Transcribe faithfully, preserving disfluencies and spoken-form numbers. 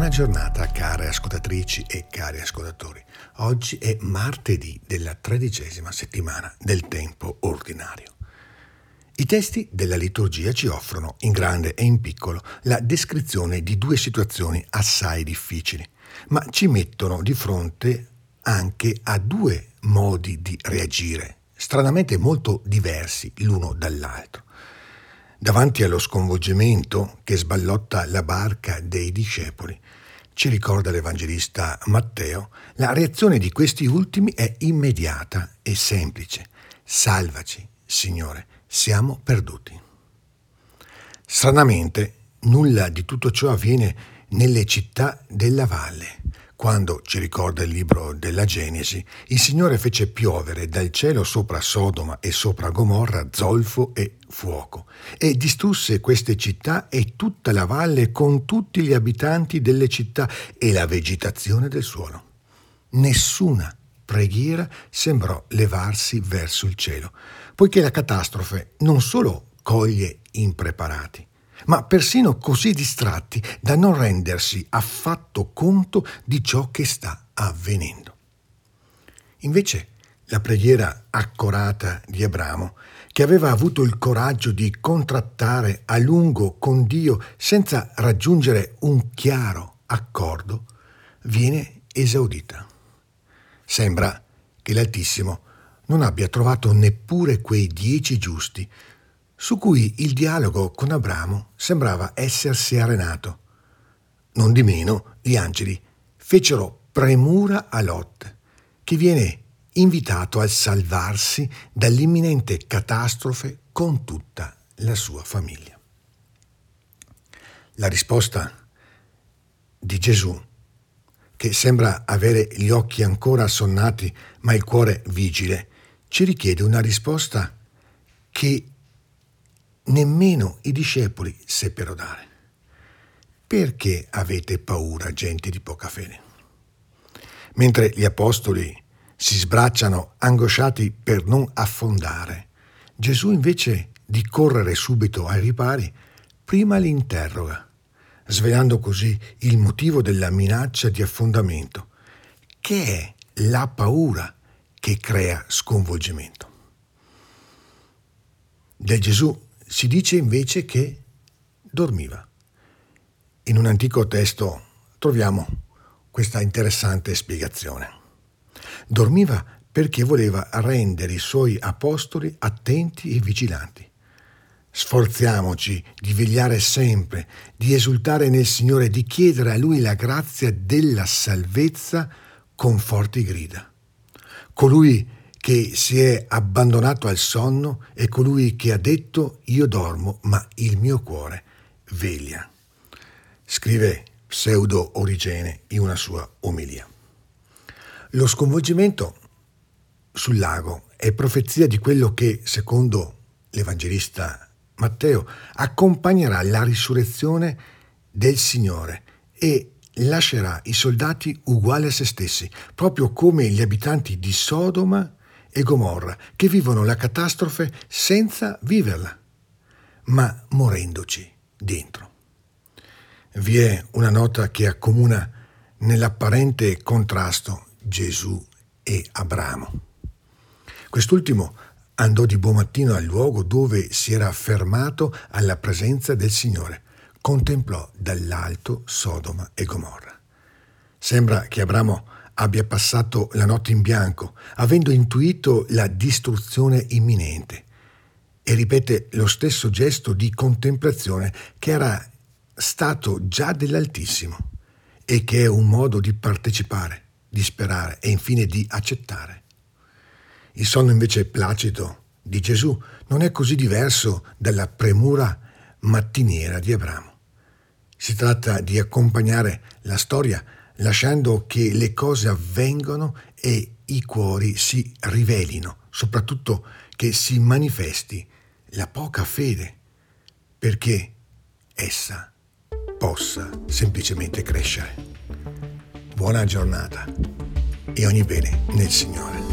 Buona giornata care ascoltatrici e cari ascoltatori. Oggi è martedì della tredicesima settimana del tempo ordinario. I testi della liturgia ci offrono, in grande e in piccolo, la descrizione di due situazioni assai difficili, ma ci mettono di fronte anche a due modi di reagire, stranamente molto diversi l'uno dall'altro. Davanti allo sconvolgimento che sballotta la barca dei discepoli, ci ricorda l'Evangelista Matteo, la reazione di questi ultimi è immediata e semplice. Salvaci, Signore, siamo perduti. Stranamente, nulla di tutto ciò avviene nelle città della valle. Quando, ci ricorda il libro della Genesi, il Signore fece piovere dal cielo sopra Sodoma e sopra Gomorra zolfo e fuoco e distrusse queste città e tutta la valle con tutti gli abitanti delle città e la vegetazione del suolo. Nessuna preghiera sembrò levarsi verso il cielo, poiché la catastrofe non solo coglie impreparati, ma persino così distratti da non rendersi affatto conto di ciò che sta avvenendo. Invece la preghiera accorata di Abramo, che aveva avuto il coraggio di contrattare a lungo con Dio senza raggiungere un chiaro accordo, viene esaudita. Sembra che l'Altissimo non abbia trovato neppure quei dieci giusti su cui il dialogo con Abramo sembrava essersi arenato. Nondimeno gli angeli fecero premura a Lot, che viene invitato a salvarsi dall'imminente catastrofe con tutta la sua famiglia. La risposta di Gesù, che sembra avere gli occhi ancora assonnati ma il cuore vigile, ci richiede una risposta che nemmeno i discepoli seppero dare. Perché avete paura, gente di poca fede? Mentre gli apostoli si sbracciano angosciati per non affondare, Gesù invece di correre subito ai ripari, prima li interroga, svelando così il motivo della minaccia di affondamento, che è la paura che crea sconvolgimento. Del Gesù si dice invece che dormiva. In un antico testo troviamo questa interessante spiegazione. Dormiva perché voleva rendere i suoi apostoli attenti e vigilanti. Sforziamoci di vegliare sempre, di esultare nel Signore, di chiedere a Lui la grazia della salvezza con forti grida. Colui che si è abbandonato al sonno è colui che ha detto io dormo ma il mio cuore veglia, scrive Pseudo Origene in una sua omelia. Lo sconvolgimento sul lago è profezia di quello che, secondo l'Evangelista Matteo, accompagnerà la risurrezione del Signore e lascerà i soldati uguali a se stessi, proprio come gli abitanti di Sodoma e Gomorra, che vivono la catastrofe senza viverla, ma morendoci dentro. Vi è una nota che accomuna nell'apparente contrasto Gesù e Abramo. Quest'ultimo andò di buon mattino al luogo dove si era fermato alla presenza del Signore, contemplò dall'alto Sodoma e Gomorra. Sembra che Abramo abbia passato la notte in bianco, avendo intuito la distruzione imminente, e ripete lo stesso gesto di contemplazione che era stato già dell'Altissimo e che è un modo di partecipare, di sperare e infine di accettare. Il sonno invece placido di Gesù non è così diverso dalla premura mattiniera di Abramo. Si tratta di accompagnare la storia lasciando che le cose avvengano e i cuori si rivelino, soprattutto che si manifesti la poca fede, perché essa possa semplicemente crescere. Buona giornata e ogni bene nel Signore.